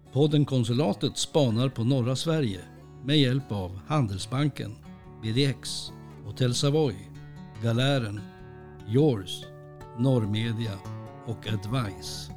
Podden Konsulatet spanar på norra Sverige med hjälp av Handelsbanken, BDX, Hotel Savoy, Galären, Yours, Norrmedia och Advice.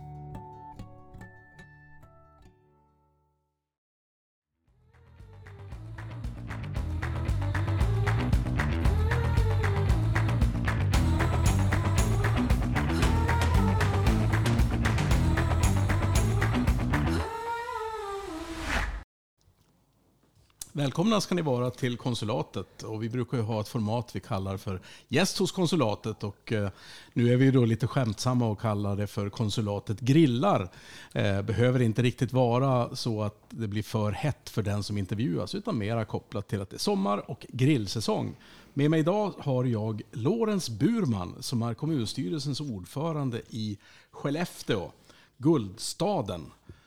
Välkomna ska ni vara till konsulatet, och vi brukar ju ha ett format vi kallar för gäst hos konsulatet, och nu är vi då lite skämtsamma och kallar det för konsulatet grillar. Behöver inte riktigt vara så att det blir för hett för den som intervjuas, utan mera kopplat till att det är sommar och grillsäsong. Med mig idag har jag Lorentz Burman som är kommunstyrelsens ordförande i Skellefteå, guldstaden.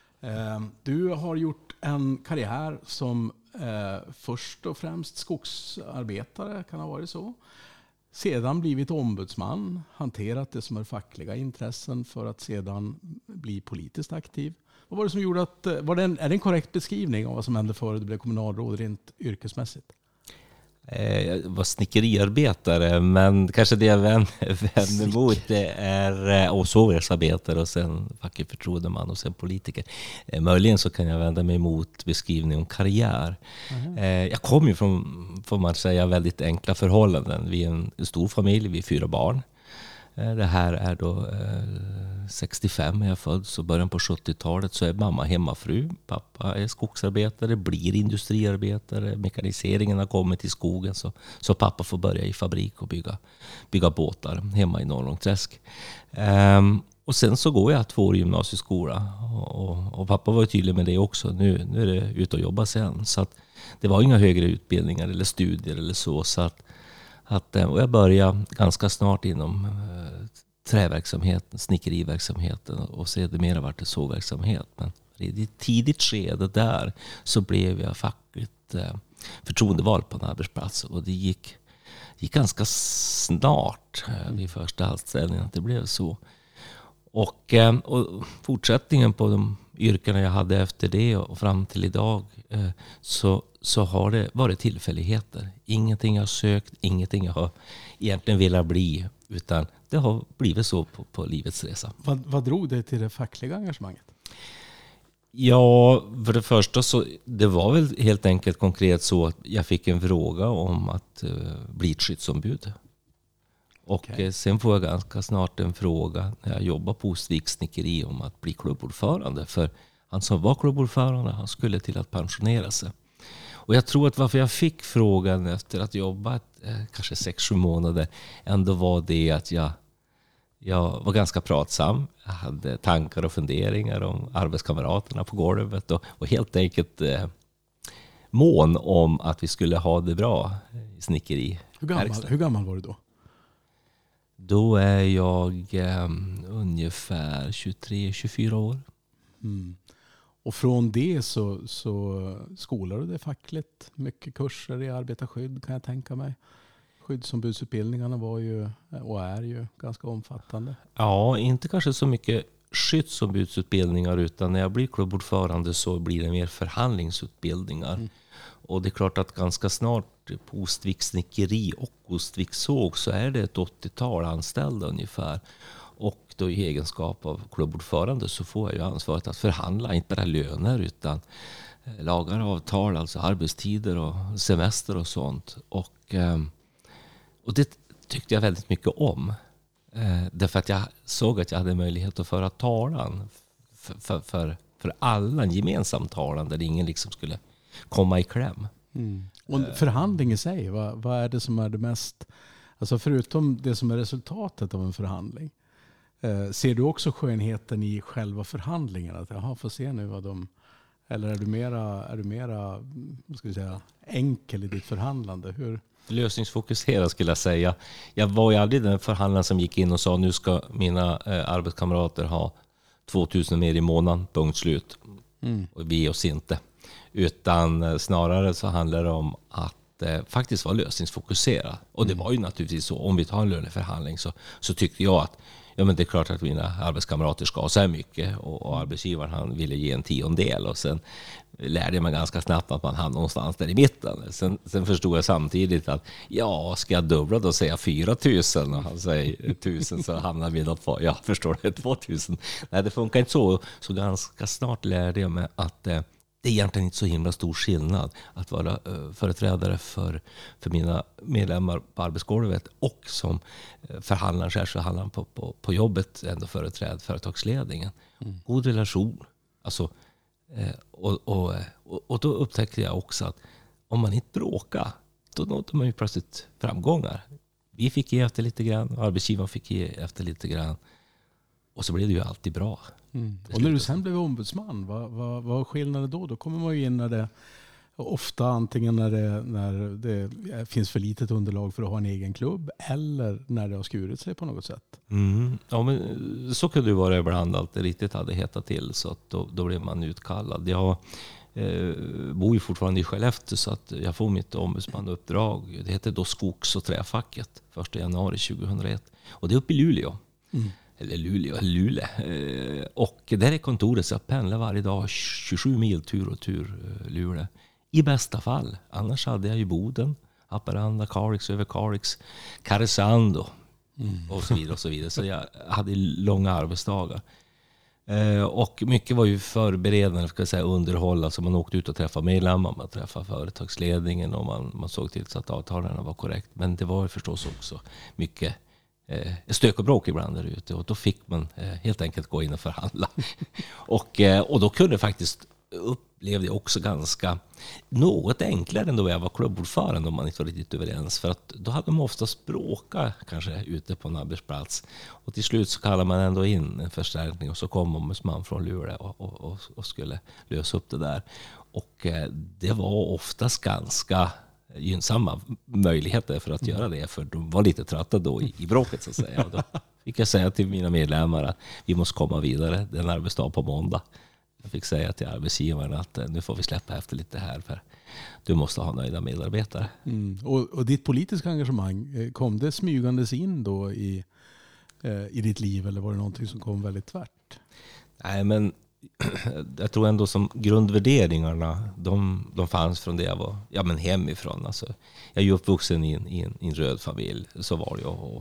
Du har gjort en karriär som först och främst skogsarbetare, kan ha varit så. Sedan blivit ombudsman, hanterat det som är fackliga intressen för att sedan bli politiskt aktiv. Vad var det som gjorde att, är det en korrekt beskrivning av vad som hände före du blev kommunalråd rent yrkesmässigt? Jag var snickeriarbetare, men kanske det jag vänder emot det är sågverksarbetare och sen facklig förtroendeman och sen politiker. Möjligen så kan jag vända mig emot beskrivning om karriär. Jag kommer ju från, får man säga, väldigt enkla förhållanden. Vi är en stor familj, vi är 4 barn. Det här är då 65 är jag född, så början på 70-talet så är mamma hemmafru, pappa är skogsarbetare, blir industriarbetare, mekaniseringen har kommit till skogen så pappa får börja i fabrik och bygga båtar hemma i Norrlångträsk. Och sen så går jag 2 år i gymnasieskola och pappa var tydlig med det också, nu är det ut och jobba sen, så att det var inga högre utbildningar eller studier eller så och jag började ganska snart inom träverksamheten, snickeriverksamheten och sedermera vart det sågverksamhet. Men i ett tidigt skede där så blev jag fackligt förtroendevald på en arbetsplats, och det gick ganska snart vid första anställningen att det blev så. Och fortsättningen på de yrkena jag hade efter det och fram till idag så har det varit tillfälligheter. Ingenting jag har sökt, ingenting jag har egentligen velat bli, utan det har blivit så på livets resa. Vad drog dig till det fackliga engagemanget? Ja, för det första så det var väl helt enkelt konkret så att jag fick en fråga om att bli ett skyddsombud. Och sen får jag ganska snart en fråga när jag jobbar på Ostviks snickeri om att bli klubbordförande. För han som var klubbordförande, han skulle till att pensionera sig. Och jag tror att varför jag fick frågan efter att jobba kanske 6-7 månader ändå var det att jag var ganska pratsam. Jag hade tankar och funderingar om arbetskamraterna på golvet och helt enkelt mån om att vi skulle ha det bra i snickeri. Hur gammal var du då? Då är jag ungefär 23-24 år. Mm. Och från det så skolar du dig fackligt. Mycket kurser i arbetarskydd kan jag tänka mig. Skyddsombudsutbildningarna var ju och är ju ganska omfattande. Ja, inte kanske så mycket skyddsombudsutbildningar, utan när jag blir klubbordförande så blir det mer förhandlingsutbildningar. Mm. Och det är klart att ganska snart på Ostviks snickeri och Ostviks såg så är det ett 80-tal anställda ungefär. Och då i egenskap av klubbordförande så får jag ju ansvaret att förhandla, inte bara löner utan lagar och avtal, alltså arbetstider och semester och sånt. Och det tyckte jag väldigt mycket om. Därför att jag såg att jag hade möjlighet att föra talan för alla, en gemensam talan där ingen liksom skulle komma i kläm. Mm. Och förhandling i sig, vad är det som är det mest, alltså förutom det som är resultatet av en förhandling, ser du också skönheten i själva förhandlingen? Att jaha, får se nu vad de, eller är du mera vad ska vi säga, enkel i ditt förhandlande? Hur? Lösningsfokuserad skulle jag säga. Jag var ju aldrig den förhandlaren som gick in och sa nu ska mina arbetskamrater ha 2000 mer i månaden, punkt slut. Och vi oss inte. Utan snarare så handlar det om att faktiskt vara lösningsfokuserad. Och det var ju naturligtvis så, om vi tar en löneförhandling så tyckte jag att ja men det är klart att mina arbetskamrater ska ha så här mycket och arbetsgivaren han ville ge en 10-del och sen lärde jag mig ganska snabbt att man hamnade någonstans där i mitten. Sen förstod jag samtidigt att ja, ska jag dubbla då säger jag 4 000 och han säger 1000 så hamnar vi då på, jag förstår det, 2000. Nej, det funkar inte så. Så ganska snart lärde jag mig att det är egentligen inte så himla stor skillnad att vara företrädare för mina medlemmar på arbetsgolvet och som förhandlaren, chefsförhandlaren på jobbet ändå företräd företagsledningen. God relation. Alltså, och då upptäckte jag också att om man inte bråkar, då nådde man ju plötsligt framgångar. Vi fick ge efter lite grann, arbetsgivaren fick ge efter lite grann. Och så blev det ju alltid bra. Och när du sen blev ombudsman, vad var skillnaden då? Då kommer man ju in när det ofta antingen när det finns för litet underlag för att ha en egen klubb eller när det har skurit sig på något sätt. Ja, men så kunde det vara ibland att det riktigt hade hettat till så att då blev man utkallad. Jag bor ju fortfarande i Skellefteå så att jag får mitt ombudsmanuppdrag. Det heter då Skogs- och träfacket 1 januari 2001. Och det är uppe i Luleå. Eller Luleå. Och där är kontoret så jag pendlar varje dag 27 mil tur och tur Luleå. I bästa fall. Annars hade jag ju Boden, Haparanda, Kalix, över Kalix, Karesuando och så vidare och så vidare. Så jag hade långa arbetsdagar. Och mycket var ju förberedande, ska jag säga, underhåll. Alltså man åkte ut och träffade medlemmar, man träffade företagsledningen och man såg till så att avtalen var korrekt. Men det var förstås också mycket stök och bråk ibland där ute och då fick man helt enkelt gå in och förhandla. och då kunde faktiskt upplevde jag också ganska något enklare än då jag var klubbordförande om man inte var riktigt överens. För att då hade man ofta bråka kanske ute på en arbetsplats. Och till slut så kallade man ändå in en förstärkning och så kom ombudsman från Luleå och skulle lösa upp det där. Och det var oftast ganska gynnsamma möjligheter för att göra det. För de var lite trötta då i bråket så att säga. Och då fick jag säga till mina medlemmar att vi måste komma vidare den arbetsdag på måndag. Jag fick säga till arbetsgivaren att nu får vi släppa efter lite här för du måste ha nöjda medarbetare. Och ditt politiska engagemang, kom det smygandes in då i ditt liv eller var det någonting som kom väldigt tvärt? Nej, men jag tror ändå som grundvärderingarna de fanns från det jag var hemifrån. Alltså, jag är ju uppvuxen i en röd familj, så var jag.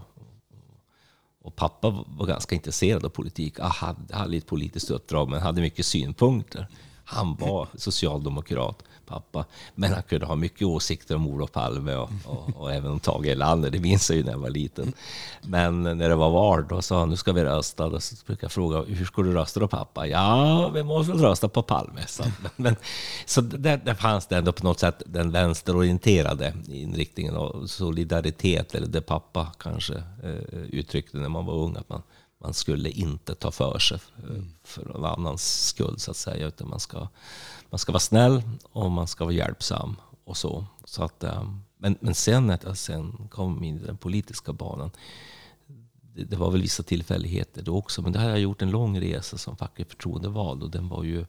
Och pappa var ganska intresserad av politik. Han hade ett politiskt uppdrag men hade mycket synpunkter. Han var socialdemokrat, pappa. Men han kunde ha mycket åsikter om Olof Palme och även om Tage Erlander. Det minns jag ju när jag var liten. Men när det var val då sa han, nu ska vi rösta. Då brukade jag fråga, hur ska du rösta då pappa? Ja, vi måste väl rösta på Palme. Så där fanns det ändå på något sätt den vänsterorienterade inriktningen och solidaritet. Eller det pappa kanske uttryckte när man var ung. Att man skulle inte ta för sig för någon annans skuld så att säga. Utan man ska vara snäll och man ska vara hjälpsam och så. Så att, men sen när jag sen kom in i den politiska banan, det var väl vissa tillfälligheter då också. Men det har jag gjort en lång resa som facklig förtroendevald och den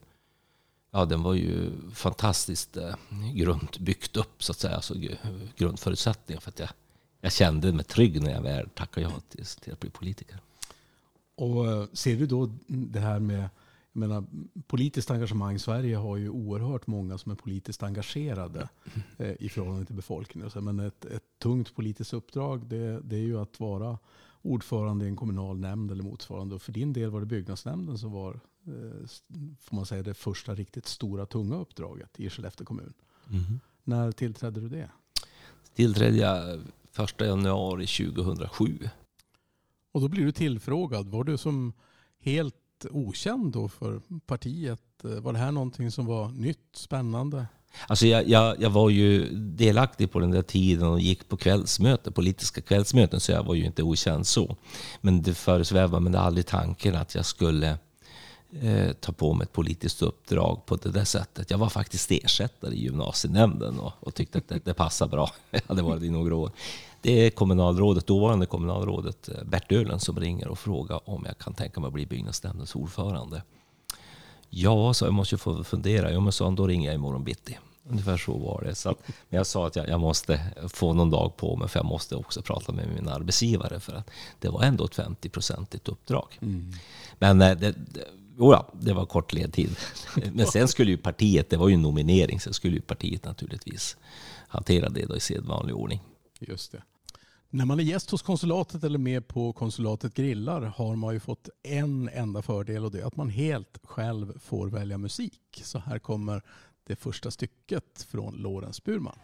var ju fantastiskt grundbyggt upp så att säga. Alltså grundförutsättningar för att jag kände mig trygg när jag väl tackade ja till att bli politiker. Och ser du då det här med, jag menar, politiskt engagemang? Sverige har ju oerhört många som är politiskt engagerade i förhållande till befolkningen. Men ett tungt politiskt uppdrag det är ju att vara ordförande i en kommunal nämnd eller motsvarande. Och för din del var det byggnadsnämnden som var, får man säga, det första riktigt stora tunga uppdraget i Skellefteå kommun. När tillträdde du det? Tillträdde jag 1 januari 2007. Och då blir du tillfrågad. Var du som helt okänd då för partiet? Var det här någonting som var nytt, spännande? Alltså jag var ju delaktig på den där tiden och gick på politiska kvällsmöten, så jag var ju inte okänd så. Men det föresvävade mig aldrig tanken att jag skulle ta på mig ett politiskt uppdrag på det där sättet. Jag var faktiskt ersättare i gymnasienämnden och tyckte att det passade bra. Jag hade varit i några år. Det är dåvarande kommunalrådet Bert Öhlen som ringer och frågar om jag kan tänka mig att bli byggnadsnämndens ordförande. Ja, så jag måste ju få fundera. Ja, men så då ringer jag imorgon bitti. Ungefär så var det. Så att, men jag sa att jag måste få någon dag på mig, för jag måste också prata med min arbetsgivare, för att det var ändå ett 50% uppdrag. Men det var kort ledtid. Men sen skulle ju partiet, det var ju en nominering, så skulle ju partiet naturligtvis hantera det då i sedvanlig ordning. Just det. När man är gäst hos konsulatet eller med på konsulatet grillar har man ju fått en enda fördel, och det är att man helt själv får välja musik. Så här kommer det första stycket från Lorentz Burman.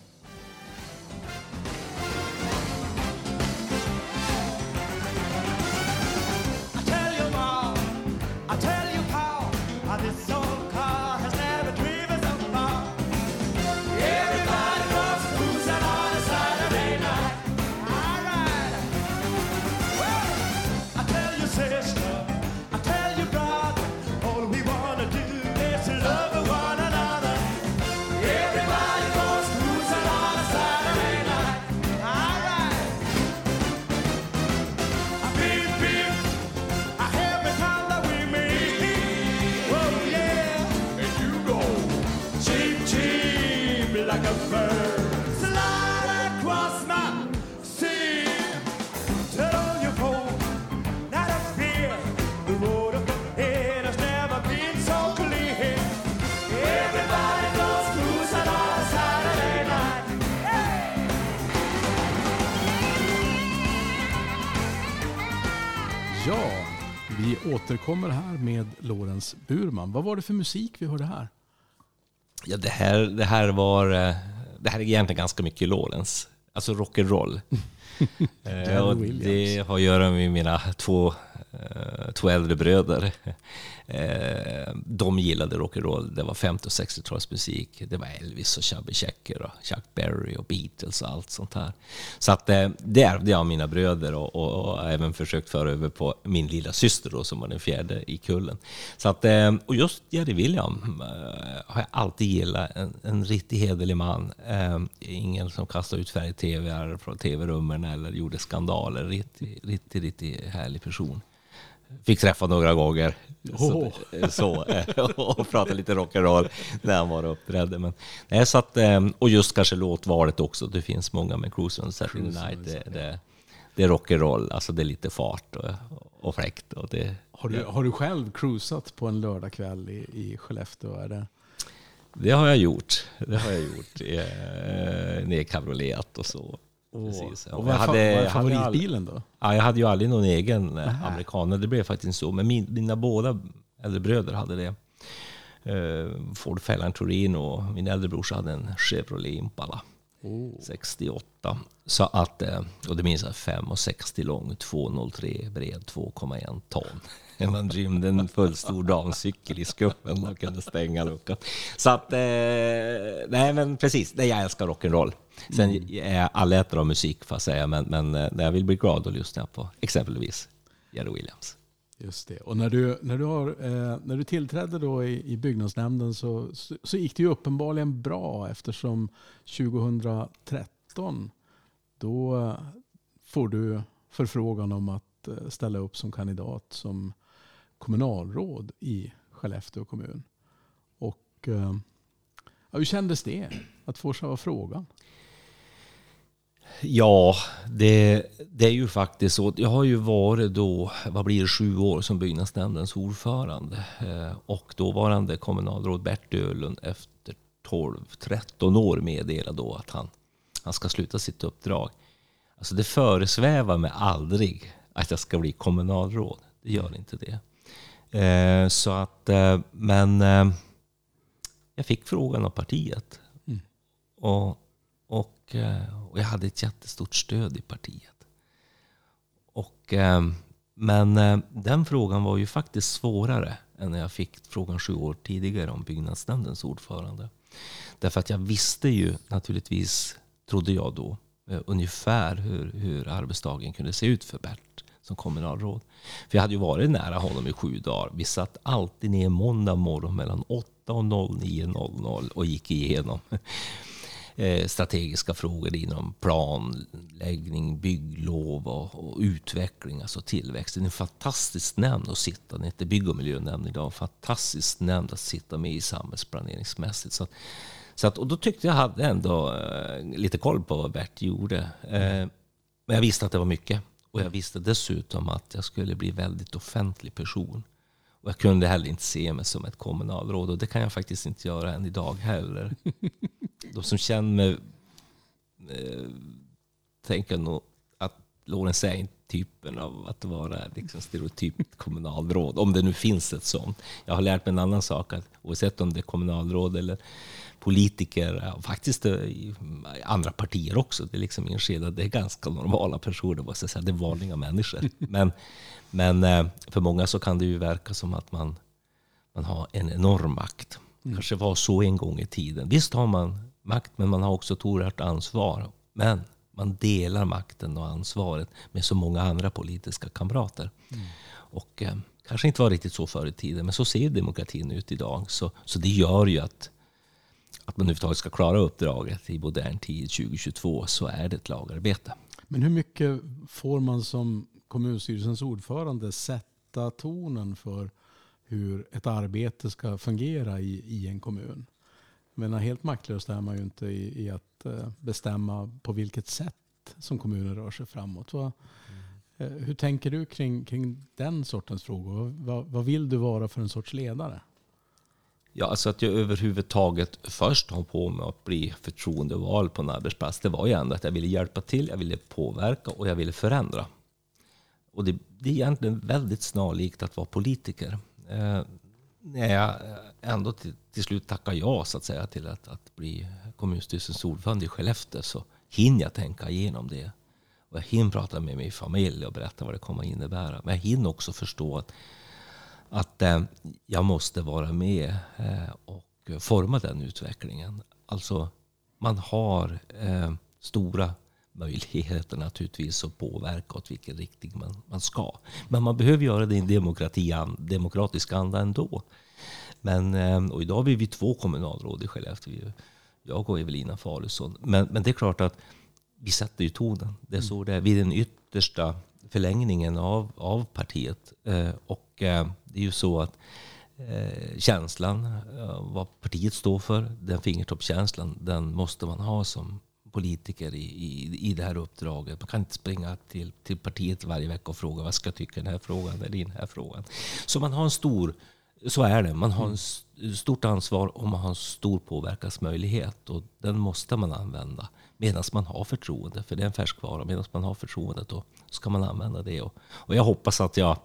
Ja, vi återkommer här med Lorentz Burman. Vad var det för musik vi hörde här? Ja, det här är egentligen ganska mycket Lorentz. Alltså rock'n'roll. Och det har att göra med mina två äldre bröder. De gillade rock'n'roll. Det var 50- och 60-talsmusik. Det var Elvis och Chubby Checker och Chuck Berry och Beatles och allt sånt här. Så att det har mina bröder och även försökt föra över på min lilla syster då, som var den fjärde i kullen. Så att, och just Jerry William har jag alltid gillat. En riktigt hederlig man. Ingen som kastade ut färg-tv från tv-rummen eller gjorde skandaler. Riktigt härlig person. Fick träffa några gånger och prata lite rock'n'roll när han var och uppträdde. Men nej, så att, och just kanske låtvalet också. Det finns många med Cruise on Saturday Night. Det är rock'n'roll, alltså det är lite fart och fräckt. Och det, har du själv cruisat på en lördagkväll i Skellefteå? Är det? Det har jag gjort. Ner Cabriolet och så. Precis. Och vad är favoritbilen då? Ja, jag hade ju aldrig någon egen amerikaner. Det blev faktiskt så. Men mina båda äldre bröder hade det. Ford Fairlane Torino och min äldre brorsa hade en Chevrolet Impala 68. Så att, och det minns jag, 5,60 lång, 2,03 bred, 2,1 ton. Man rymde en fullstor damcykel i skuppen och kunde stänga luckan. Så att, nej men precis, jag älskar rock'n'roll. Sen är jag allätare av musik, får jag säga, men när jag vill bli glad och lyssna på exempelvis Jerry Williams. Just det. Och när du tillträdde då i byggnadsnämnden så gick det ju uppenbarligen bra, eftersom 2013 då får du förfrågan om att ställa upp som kandidat som kommunalråd i Skellefteå kommun. Och hur kändes det att få själva frågan? Ja, det är ju faktiskt så. Jag har ju varit då, 7 år som byggnadsnämndens ordförande. Och dåvarande kommunalråd Bert Öhlund efter 12-13 år meddelade då att han ska sluta sitt uppdrag. Alltså det föresvävar mig aldrig att jag ska bli kommunalråd. Det gör inte det. Så att, men jag fick frågan av partiet. Och jag hade ett jättestort stöd i partiet. Men den frågan var ju faktiskt svårare än när jag fick frågan 7 år tidigare om byggnadsnämndens ordförande. Därför att jag visste ju naturligtvis, trodde jag då, ungefär hur arbetsdagen kunde se ut för Bert som kommunalråd. För jag hade ju varit nära honom i 7 dagar. Vi satt alltid ner måndag morgon mellan 8 och 09:00 och gick igenom strategiska frågor inom planläggning, bygglov och utveckling, alltså tillväxt. Det är en fantastisk nämnd att sitta, det är inte bygg- och miljönämnd idag, en fantastisk nämnd att sitta med i samhällsplaneringsmässigt. Så att, och då tyckte jag hade ändå lite koll på vad Bert gjorde. Men jag visste att det var mycket. Och jag visste dessutom att jag skulle bli väldigt offentlig person. Och jag kunde heller inte se mig som ett kommunalråd. Och det kan jag faktiskt inte göra än idag heller. De som känner mig tänker nog att Lorentz är inte typen av att vara liksom stereotypt kommunalråd. Om det nu finns ett sånt. Jag har lärt mig en annan sak. Att oavsett om det är kommunalråd eller politiker, och faktiskt i andra partier också. Det är liksom en skillnad. Det är ganska normala personer, måste jag säga. Det är vanliga människor. Men för många så kan det ju verka som att man har en enorm makt. Kanske var så en gång i tiden. Visst har man makt, men man har också ett oerhört ansvar. Men man delar makten och ansvaret med så många andra politiska kamrater. Och kanske inte var riktigt så förr i tiden, men så ser demokratin ut idag. Så det gör ju att man överhuvudtaget ska klara uppdraget i modern tid 2022, så är det ett lagarbete. Men hur mycket får man som kommunstyrelsens ordförande sätta tonen för hur ett arbete ska fungera i en kommun? Men helt maktlös är man ju inte i att bestämma på vilket sätt som kommunen rör sig framåt. Hur tänker du kring den sortens frågor? Vad vill du vara för en sorts ledare? Ja, alltså att jag överhuvudtaget först har på mig att bli förtroendevald på en arbetsplats. Det var ju ändå att jag ville hjälpa till, jag ville påverka och jag ville förändra. Och det är egentligen väldigt snarlikt att vara politiker. När jag ändå till slut tackar ja så att säga till att bli kommunstyrelsens ordförande i Skellefteå, så hinner jag tänka igenom det. Och jag hinner prata med min familj och berätta vad det kommer att innebära. Men jag hinner också förstå att jag måste vara med och forma den utvecklingen. Alltså man har stora möjligheter naturligtvis att påverka åt vilken riktning man ska. Men man behöver göra det i en demokratisk anda ändå. Och idag är vi 2 kommunalråd i Skellefteå. Jag och Evelina Falusson. Men det är klart att vi sätter ju tonen. Det är så det är. Vi är den yttersta förlängningen av partiet. Och det är ju så att känslan, vad partiet står för, den fingertoppskänslan, den måste man ha som politiker i det här uppdraget. Man kan inte springa till partiet varje vecka och fråga vad ska jag tycka i den här frågan eller i den här frågan. Så man har så är det. Man har en stort ansvar och man har en stor påverkansmöjlighet, och den måste man använda medan man har förtroende, för det är en färskvara. Medan man har förtroendet, då ska man använda det. Och jag hoppas att jag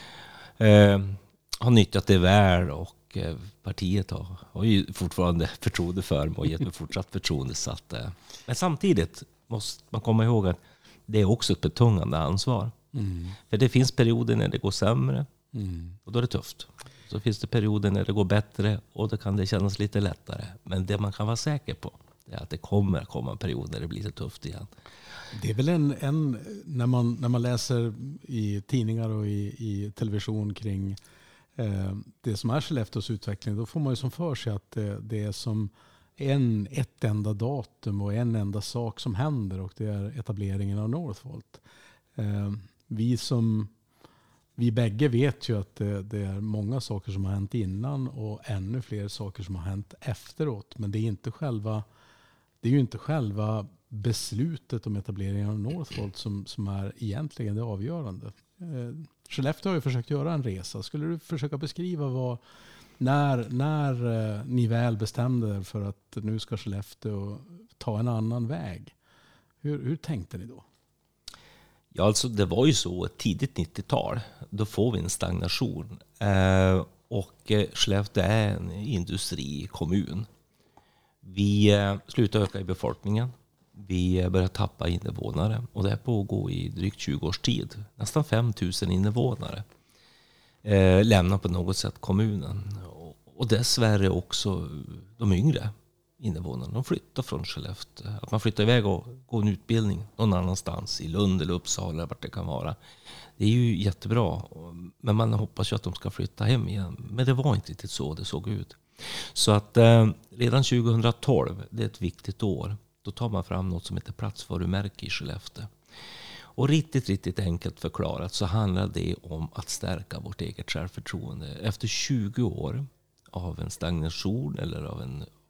har nyttjat det väl, och partiet har ju fortfarande förtroende för mig och gett mig fortsatt förtroende. Så att, men samtidigt måste man komma ihåg att det är också ett betungande ansvar. För det finns perioder när det går sämre och då är det tufft. Så finns det perioder när det går bättre och då kan det kännas lite lättare. Men det man kan vara säker på är att det kommer komma en period när det blir lite tufft igen. Det är väl när man läser i tidningar och i television kring det som är Skellefteås utveckling, då får man ju som för sig att det är som ett enda datum och en enda sak som händer, och det är etableringen av Northvolt. Vi bägge vet ju att det är många saker som har hänt innan och ännu fler saker som har hänt efteråt. Men det är ju inte själva beslutet om etableringen av Northvolt som är egentligen det avgörande. Skellefteå har ju försökt göra en resa. Skulle du försöka beskriva när ni väl bestämde er för att nu ska Skellefteå ta en annan väg? Hur tänkte ni då? Ja, alltså det var ju så tidigt 90-tal. Då får vi en stagnation. Och Skellefteå är en industrikommun. Vi slutar öka i befolkningen. Vi börjar tappa invånare. Och det här pågår i drygt 20 års tid. Nästan 5 000 invånare lämnar på något sätt kommunen. Och dessvärre också de yngre invånarna. De flyttar från Skellefteå. Att man flyttar iväg och går en utbildning någon annanstans. I Lund eller Uppsala eller vart det kan vara. Det är ju jättebra. Men man hoppas ju att de ska flytta hem igen. Men det var inte riktigt så det såg ut. Så att redan 2012, det är ett viktigt år. Då tar man fram något som heter platsvarumärke i Skellefteå. Och riktigt enkelt förklarat så handlar det om att stärka vårt eget självförtroende. Efter 20 år av en stagnation eller av en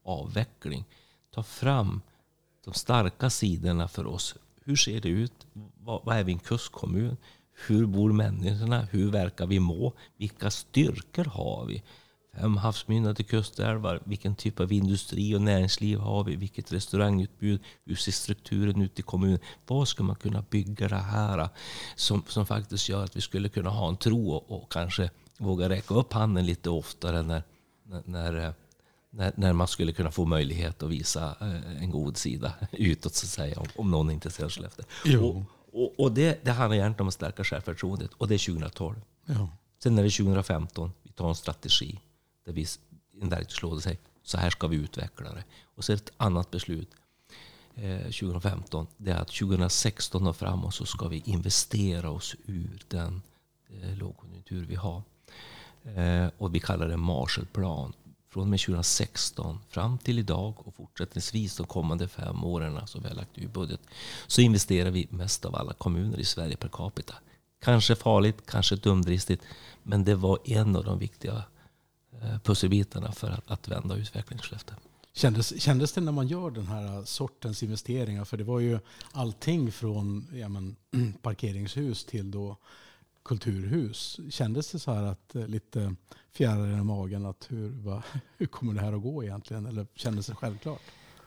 avveckling. Ta fram de starka sidorna för oss. Hur ser det ut? Vad är vi en kustkommun? Hur bor människorna? Hur verkar vi må? Vilka styrkor har vi? 5 havsmynnade kustälvar. Vilken typ av industri och näringsliv har vi? Vilket restaurangutbud? Hur ser strukturen ut i kommunen? Vad ska man kunna bygga det här som faktiskt gör att vi skulle kunna ha en tro och kanske våga räcka upp handen lite oftare när man skulle kunna få möjlighet att visa en god sida utåt, så att säga, om någon är intresserad av Skellefteå. Och det handlar egentligen om att stärka självförtroendet, och det är 2012. Ja. Sen är det 2015, vi tar en strategi där vi slår sig, så här ska vi utveckla det. Och så ett annat beslut 2015, det är att 2016 och framåt så ska vi investera oss ur den lågkonjunktur vi har. Och vi kallar det Marshallplan. Från och med 2016 fram till idag och fortsättningsvis de kommande 5 åren som vi har lagt i budget, så investerar vi mest av alla kommuner i Sverige per capita. Kanske farligt, kanske dumdristigt, men det var en av de viktiga pusselbitarna för att vända utvecklingslöften. Kändes det när man gör den här sortens investeringar, för det var ju allting från parkeringshus till då kulturhus. Kändes det så här att lite fjärilar i magen att hur kommer det här att gå egentligen? Eller kändes det självklart?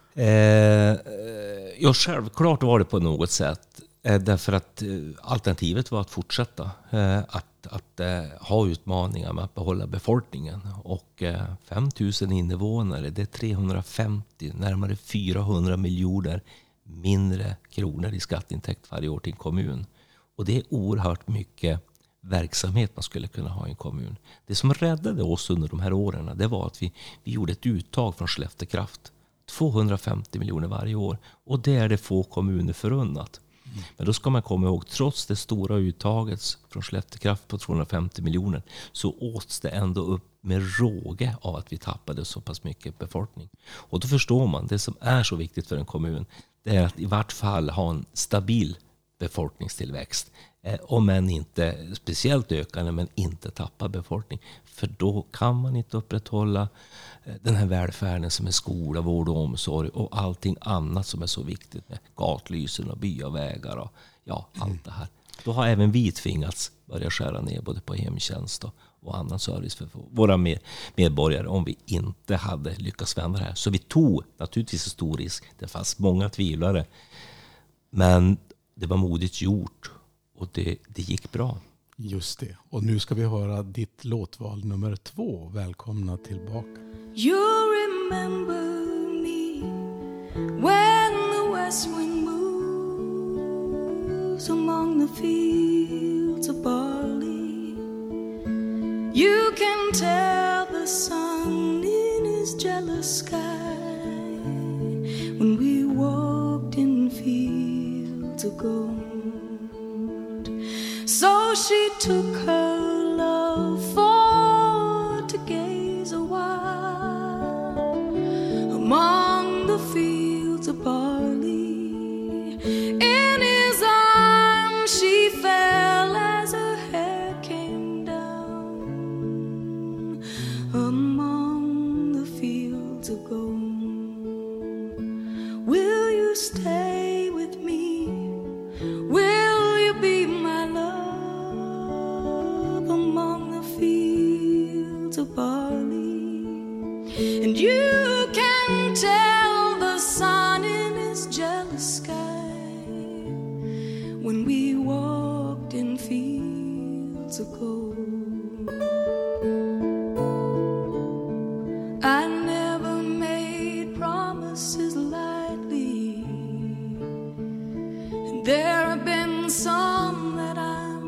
Ja, självklart var det på något sätt. Därför att alternativet var att fortsätta. Att ha utmaningar med att behålla befolkningen. Och 5 000 invånare, det är 350, närmare 400 miljoner mindre kronor i skatteintäkt varje år till en kommun. Och det är oerhört mycket verksamhet man skulle kunna ha i en kommun. Det som räddade oss under de här åren, det var att vi gjorde ett uttag från Skellefteå Kraft. 250 miljoner varje år. Och det är det få kommuner förunnat. Men då ska man komma ihåg, trots det stora uttaget från Skellefteå Kraft på 250 miljoner, så åts det ändå upp med råge av att vi tappade så pass mycket befolkning. Och då förstår man, det som är så viktigt för en kommun, det är att i vart fall ha en stabil befolkningstillväxt. Om än inte speciellt ökande, men inte tappa befolkning. För då kan man inte upprätthålla den här välfärden som är skola, vård och omsorg och allting annat som är så viktigt med gatlysen och byavägar och allt det här. Då har även vi tvingats börja skära ner både på hemtjänst och annan service för våra medborgare om vi inte hade lyckats vända det här. Så vi tog naturligtvis en stor risk. Det fanns många tvivlare, men det var modigt gjort. Och det gick bra. Just det. Och nu ska vi höra ditt låtval nummer 2. Välkomna tillbaka. You remember me when the west wind moves among the fields of barley. You can tell the sun in his jealous sky when we walked in fields of gold. So she took her love for to gaze a while among the fields of barley. In his arms she fell as her hair came down among the fields of gold. Will you stay with me? Will you be my love? Barley, and you can tell the sun in his jealous sky when we walked in fields of gold. I never made promises lightly, and there have been some that I've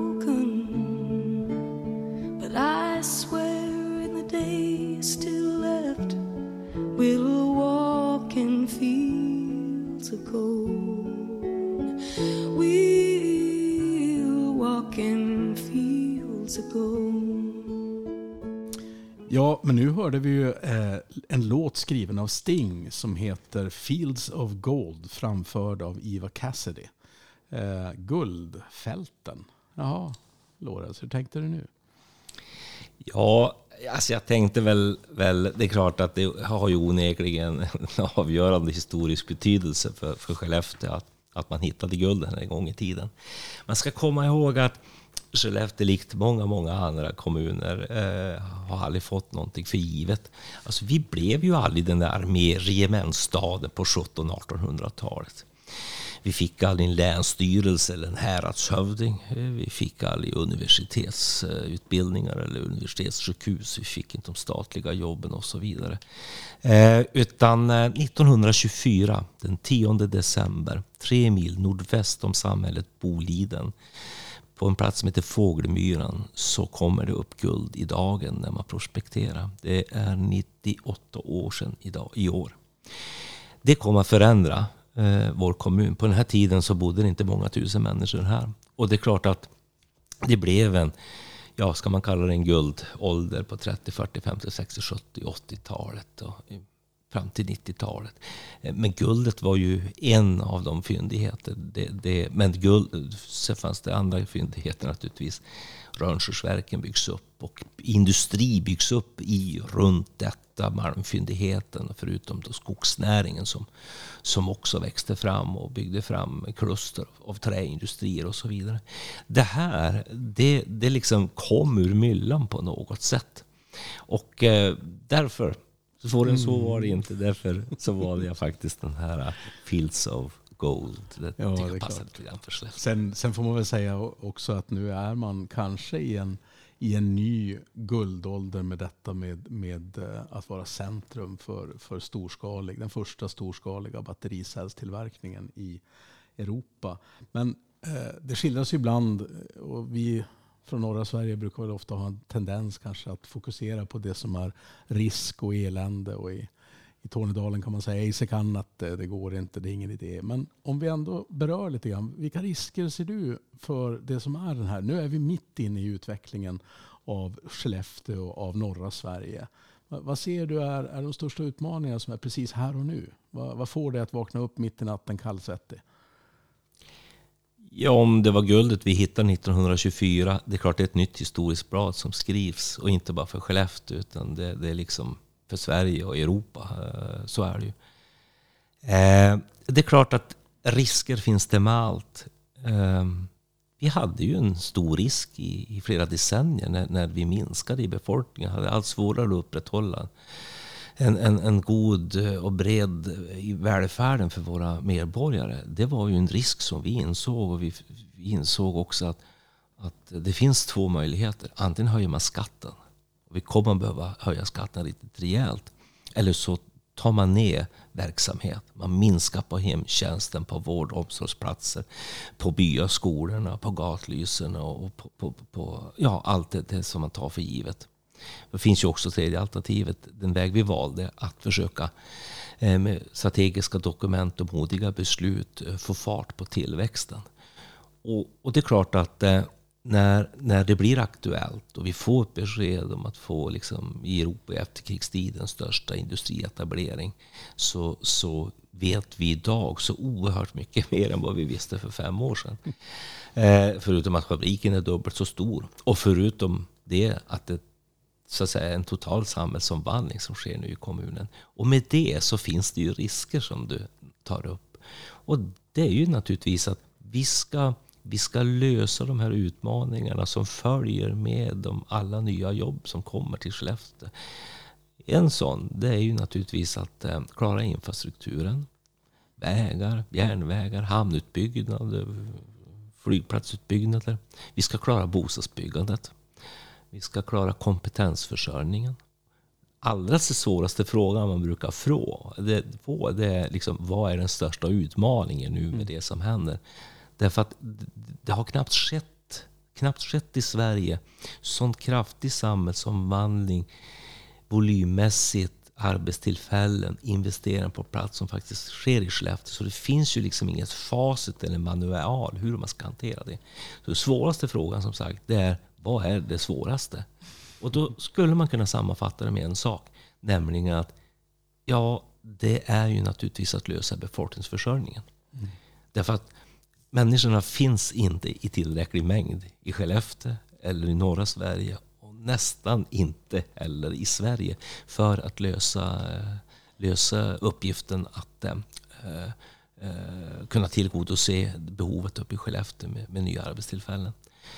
broken, but I swear still left, we'll walk in fields of gold. We'll walk in fields of gold. Ja, men nu hörde vi ju en låt skriven av Sting som heter Fields of Gold, framförd av Eva Cassidy. Guldfälten. Jaha, Lorenz, hur tänkte du nu? Ja, Alltså jag tänkte väl, det är klart att det har ju onekligen en avgörande historisk betydelse för Skellefteå att man hittade gulden en gång i tiden. Man ska komma ihåg att Skellefteå, likt många andra kommuner, har aldrig fått någonting för givet. Alltså vi blev ju aldrig den där regementsstaden på 1700-1800-talet. Vi fick aldrig en länsstyrelse eller en häradshövding. Vi fick aldrig universitetsutbildningar eller universitetssjukhus. Vi fick inte de statliga jobben och så vidare. Utan 1924, den 10 december, 3 mil nordväst om samhället Boliden, på en plats som heter Fågelmyran, så kommer det upp guld i dagen när man prospekterar. Det är 98 år sedan i år. Det kommer att förändra vår kommun. På den här tiden så bodde det inte många tusen människor här. Och det är klart att det blev en, ska man kalla det en guldålder på 30, 40, 50, 60, 70, 80-talet och fram till 90-talet. Men guldet var ju en av de fyndigheter. Men så fanns det andra fyndigheter naturligtvis. Rönnskärsverken byggs upp och industri byggs upp runt detta malmfyndigheten, förutom då skogsnäringen som också växte fram och byggde fram kluster av träindustrier och så vidare. Det här, det liksom kom ur myllan på något sätt. Och därför så var det inte. Därför så valde jag faktiskt den här Fields of Gold. Det passar lite grann för Skellefteå. Sen får man väl säga också att nu är man kanske i en ny guldålder med detta med att vara centrum för den första storskaliga battericellstillverkningen i Europa. Men det skildras ibland, och vi från norra Sverige brukar väl ofta ha en tendens kanske att fokusera på det som är risk och elände, och i Tornedalen kan man säga ej kan att det går inte, det är ingen idé. Men om vi ändå berör lite grann, vilka risker ser du för det som är den här? Nu är vi mitt inne i utvecklingen av Skellefteå och av norra Sverige. Vad ser du är de största utmaningarna som är precis här och nu? Vad får dig att vakna upp mitt i natten kallsvettig? Ja, om det var guldet vi hittade 1924, det är klart det är ett nytt historiskt blad som skrivs, och inte bara för Skellefteå utan det är liksom för Sverige och Europa. Så är det ju. Det är klart att risker finns det med allt. Vi hade ju en stor risk i flera decennier när vi minskade i befolkningen. Hade allt svårare att upprätthålla en god och bred välfärden för våra medborgare. Det var ju en risk som vi insåg, och vi insåg också att det finns två möjligheter. Antingen höjer man skatten, och vi kommer att behöva höja skatten riktigt rejält, eller så tar man ner verksamhet. Man minskar på hemtjänsten, på vård- och omsorgsplatser, på byaskolorna, på gatlyserna och på allt det som man tar för givet. Det finns ju också tredje alternativet, den väg vi valde, att försöka med strategiska dokument och modiga beslut få fart på tillväxten. Och det är klart att när det blir aktuellt och vi får ett besked om att få liksom, i Europa i efterkrigstidens största industrietablering, så vet vi idag så oerhört mycket mer än vad vi visste för 5 år sedan. Förutom att fabriken är dubbelt så stor, och förutom det att det så att säga en total samhällsomvandling som sker nu i kommunen. Och med det så finns det ju risker som du tar upp. Och det är ju naturligtvis att vi ska lösa de här utmaningarna som följer med alla nya jobb som kommer till Skellefteå. En sån, det är ju naturligtvis att klara infrastrukturen. Vägar, järnvägar, hamnutbyggnader, flygplatsutbyggnader. Vi ska klara bostadsbyggandet. Vi ska klara kompetensförsörjningen. Allra svåraste frågan man brukar få, det är liksom, vad är den största utmaningen nu med det som händer? Därför att det har knappt skett i Sverige sån kraftig samhällsomvandling, volymmässigt, arbetstillfällen, investeringar på plats som faktiskt sker i Skellefteå. Så det finns ju liksom inget facit eller manual hur man ska hantera det. Så den svåraste frågan som sagt, det är vad är det svåraste? Och då skulle man kunna sammanfatta det med en sak, nämligen att det är ju naturligtvis att lösa befolkningsförsörjningen. Därför att människorna finns inte i tillräcklig mängd i Skellefteå eller i norra Sverige. Och nästan inte heller i Sverige för att lösa uppgiften att kunna tillgodose behovet uppe i Skellefteå med nya arbetstillfällen.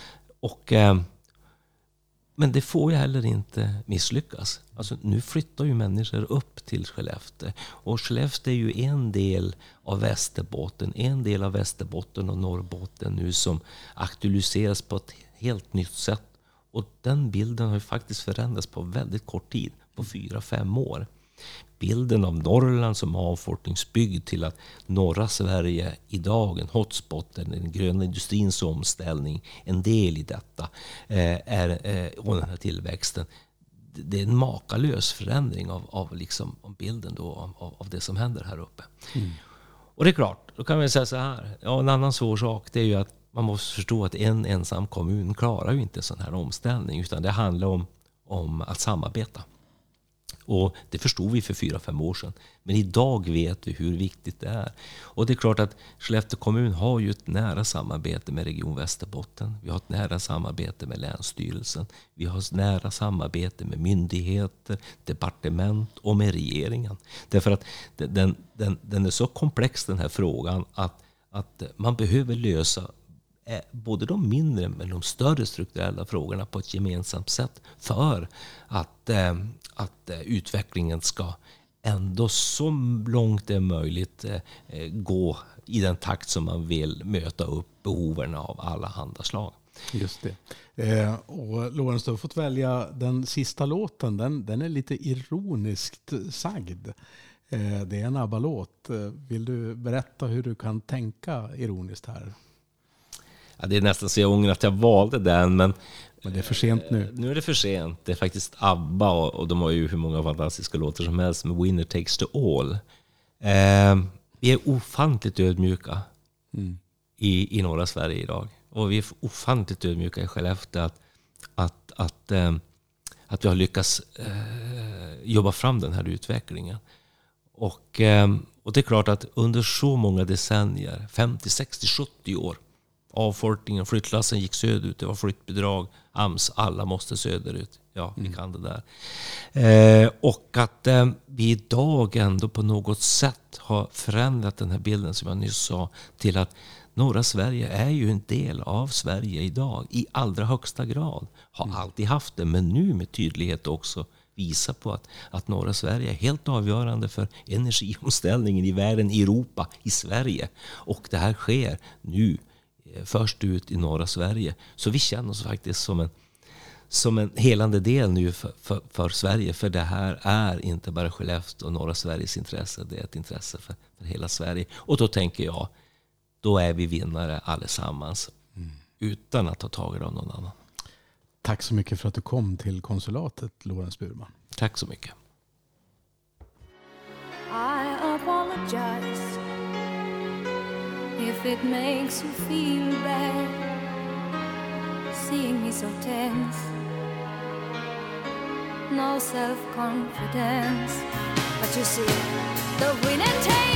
Men det får ju heller inte misslyckas. Alltså, nu flyttar ju människor upp till Skellefteå. Och Skellefteå är ju en del av Västerbotten. En del av Västerbotten och Norrbotten nu som aktualiseras på ett helt nytt sätt. Och den bilden har ju faktiskt förändrats på väldigt kort tid. På 4-5 år. Bilden av Norrland som avfolkningsbygd till att norra Sverige idag, en hotspot, den gröna industrins omställning, en del i detta och den här tillväxten. Det är en makalös förändring av bilden då, av det som händer här uppe. Mm. Och det är klart, då kan vi säga så här. Ja, en annan svår sak det är ju att man måste förstå att en ensam kommun klarar ju inte sån här omställning, utan det handlar om att samarbeta. Och det förstod vi för 4-5 år sedan. Men idag vet vi hur viktigt det är. Och det är klart att Skellefteå kommun har ju ett nära samarbete med Region Västerbotten. Vi har ett nära samarbete med Länsstyrelsen. Vi har ett nära samarbete med myndigheter, departement och med regeringen. Därför att den är så komplex den här frågan att man behöver lösa både de mindre men de större strukturella frågorna på ett gemensamt sätt för att utvecklingen ska ändå så långt det är möjligt gå i den takt som man vill möta upp behoven av alla handa slag. Just det. Och Lorentz, du har fått välja den sista låten. Den är lite ironiskt sagd. Det är en ABBA-låt. Vill du berätta hur du kan tänka ironiskt här? Ja, det är nästan så jag ångrar att jag valde den, men det är för sent nu. Nu är det för sent. Det är faktiskt ABBA och de har ju hur många fantastiska låtar som helst med Winner Takes the All. Vi är ofantligt ödmjuka i norra Sverige idag. Och vi är ofantligt ödmjuka i Skellefteå att vi har lyckats jobba fram den här utvecklingen. Och det är klart att under så många decennier, 50, 60, 70 år, avfolkningen, flyttlassen gick söderut, det var flyttbidrag, AMS, alla måste söderut. Ja, vi kan det där. Och att vi idag ändå på något sätt har förändrat den här bilden som jag nyss sa till att norra Sverige är ju en del av Sverige idag i allra högsta grad. Har alltid haft det, men nu med tydlighet också visa på att norra Sverige är helt avgörande för energiomställningen i världen, i Europa, i Sverige. Och det här sker nu först ut i norra Sverige. Så vi känner oss faktiskt som en helande del nu för Sverige. För det här är inte bara Skellefteå och norra Sveriges intresse. Det är ett intresse för hela Sverige. Och då tänker jag, då är vi vinnare allesammans. Utan att ta tag i av någon annan. Tack så mycket för att du kom till konsulatet, Lorentz Burman. Tack så mycket. I apologize if it makes you feel bad, seeing me so tense, no self-confidence. But you see, the winning takes